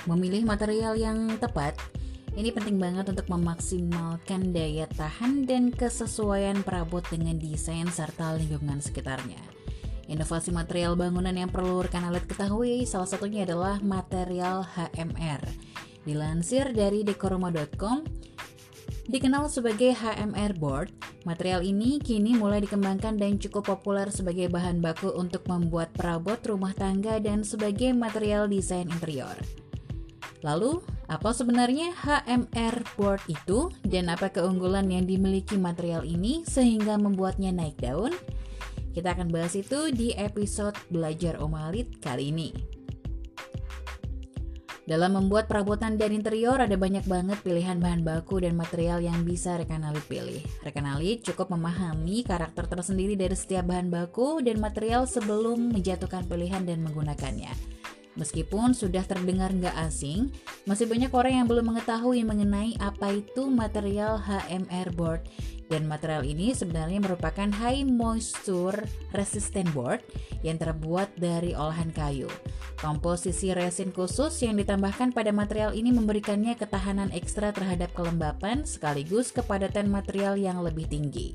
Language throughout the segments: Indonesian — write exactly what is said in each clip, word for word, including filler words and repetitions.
Memilih material yang tepat ini penting banget untuk memaksimalkan daya tahan dan kesesuaian perabot dengan desain serta lingkungan sekitarnya. Inovasi material bangunan yang perlu rekan alit ketahui salah satunya adalah material H M R. Dilansir dari dekoruma dot com, dikenal sebagai H M R board, material ini kini mulai dikembangkan dan cukup populer sebagai bahan baku untuk membuat perabot rumah tangga dan sebagai material desain interior. Lalu, apa sebenarnya H M R board itu dan apa keunggulan yang dimiliki material ini sehingga membuatnya naik daun? Kita akan bahas itu di episode Belajar Om Alit kali ini. Dalam membuat perabotan dan interior ada banyak banget pilihan bahan baku dan material yang bisa rekan alit pilih. Rekan alit cukup memahami karakter tersendiri dari setiap bahan baku dan material sebelum menjatuhkan pilihan dan menggunakannya. Meskipun sudah terdengar nggak asing, masih banyak orang yang belum mengetahui mengenai apa itu material H M R board. Dan material ini sebenarnya merupakan high moisture resistant board yang terbuat dari olahan kayu. Komposisi resin khusus yang ditambahkan pada material ini memberikannya ketahanan ekstra terhadap kelembapan sekaligus kepadatan material yang lebih tinggi.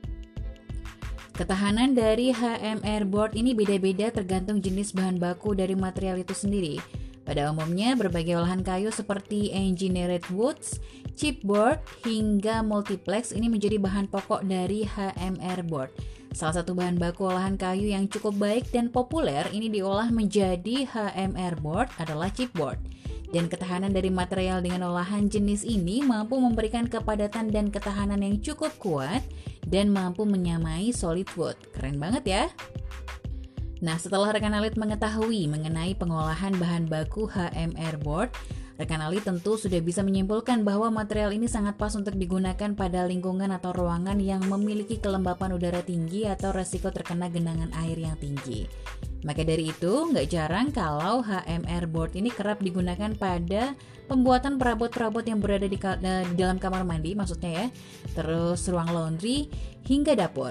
Ketahanan dari H M R board ini beda-beda tergantung jenis bahan baku dari material itu sendiri. Pada umumnya, berbagai olahan kayu seperti engineered woods, chipboard, hingga multiplex ini menjadi bahan pokok dari H M R board. Salah satu bahan baku olahan kayu yang cukup baik dan populer ini diolah menjadi H M R board adalah chipboard. Dan ketahanan dari material dengan olahan jenis ini mampu memberikan kepadatan dan ketahanan yang cukup kuat dan mampu menyamai solid wood. Keren banget ya! Nah, setelah rekan alit mengetahui mengenai pengolahan bahan baku H M R board, rekan alit tentu sudah bisa menyimpulkan bahwa material ini sangat pas untuk digunakan pada lingkungan atau ruangan yang memiliki kelembapan udara tinggi atau resiko terkena genangan air yang tinggi. Maka dari itu, nggak jarang kalau H M R board ini kerap digunakan pada pembuatan perabot-perabot yang berada di, ka- di dalam kamar mandi, maksudnya ya, terus ruang laundry, hingga dapur.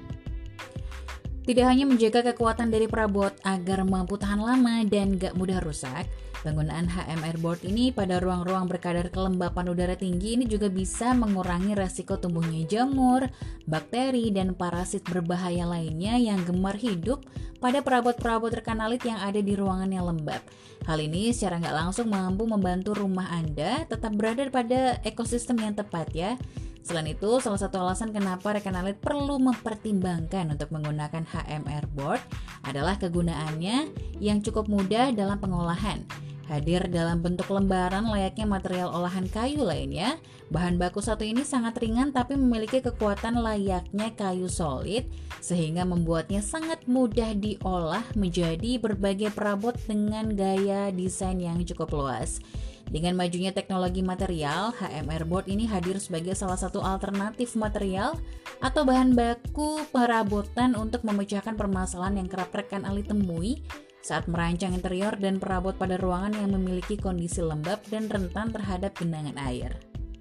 Tidak hanya menjaga kekuatan dari perabot agar mampu tahan lama dan gak mudah rusak, penggunaan H M R board ini pada ruang-ruang berkadar kelembapan udara tinggi ini juga bisa mengurangi resiko tumbuhnya jamur, bakteri, dan parasit berbahaya lainnya yang gemar hidup pada perabot-perabot rekan alit yang ada di ruangan yang lembab. Hal ini secara gak langsung mampu membantu rumah Anda tetap berada pada ekosistem yang tepat ya. Selain itu, salah satu alasan kenapa rekan alit perlu mempertimbangkan untuk menggunakan H M R board adalah kegunaannya yang cukup mudah dalam pengolahan. Hadir dalam bentuk lembaran layaknya material olahan kayu lainnya, bahan baku satu ini sangat ringan tapi memiliki kekuatan layaknya kayu solid sehingga membuatnya sangat mudah diolah menjadi berbagai perabot dengan gaya desain yang cukup luas. Dengan majunya teknologi material, H M R board ini hadir sebagai salah satu alternatif material atau bahan baku perabotan untuk memecahkan permasalahan yang kerap rekan alit temui saat merancang interior dan perabot pada ruangan yang memiliki kondisi lembab dan rentan terhadap genangan air.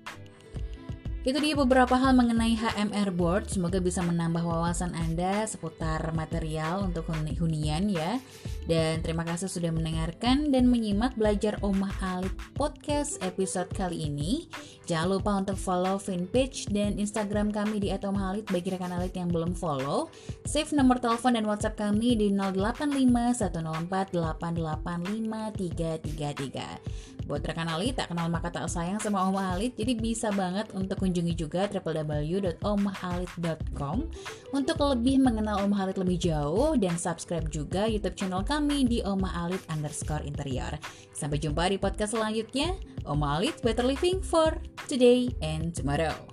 Itu dia beberapa hal mengenai H M R board. Semoga bisa menambah wawasan Anda seputar material untuk hunian ya. Dan terima kasih sudah mendengarkan dan menyimak Belajar Omah Alit podcast episode kali ini. Jangan lupa untuk follow fanpage dan Instagram kami di et omah alit bagi rekan alit yang belum follow. Save nomor telepon dan WhatsApp kami di nol delapan lima satu nol empat delapan delapan lima tiga tiga tiga. Buat rekan alit tak kenal maka tak sayang sama Omah Alit, jadi bisa banget untuk kunjungi juga w w w dot omah alit dot com untuk lebih mengenal Omah Alit lebih jauh dan subscribe juga YouTube channel kami di Omah Alit underscore interior. Sampai jumpa di podcast selanjutnya. Omah Alit, better living for today and tomorrow.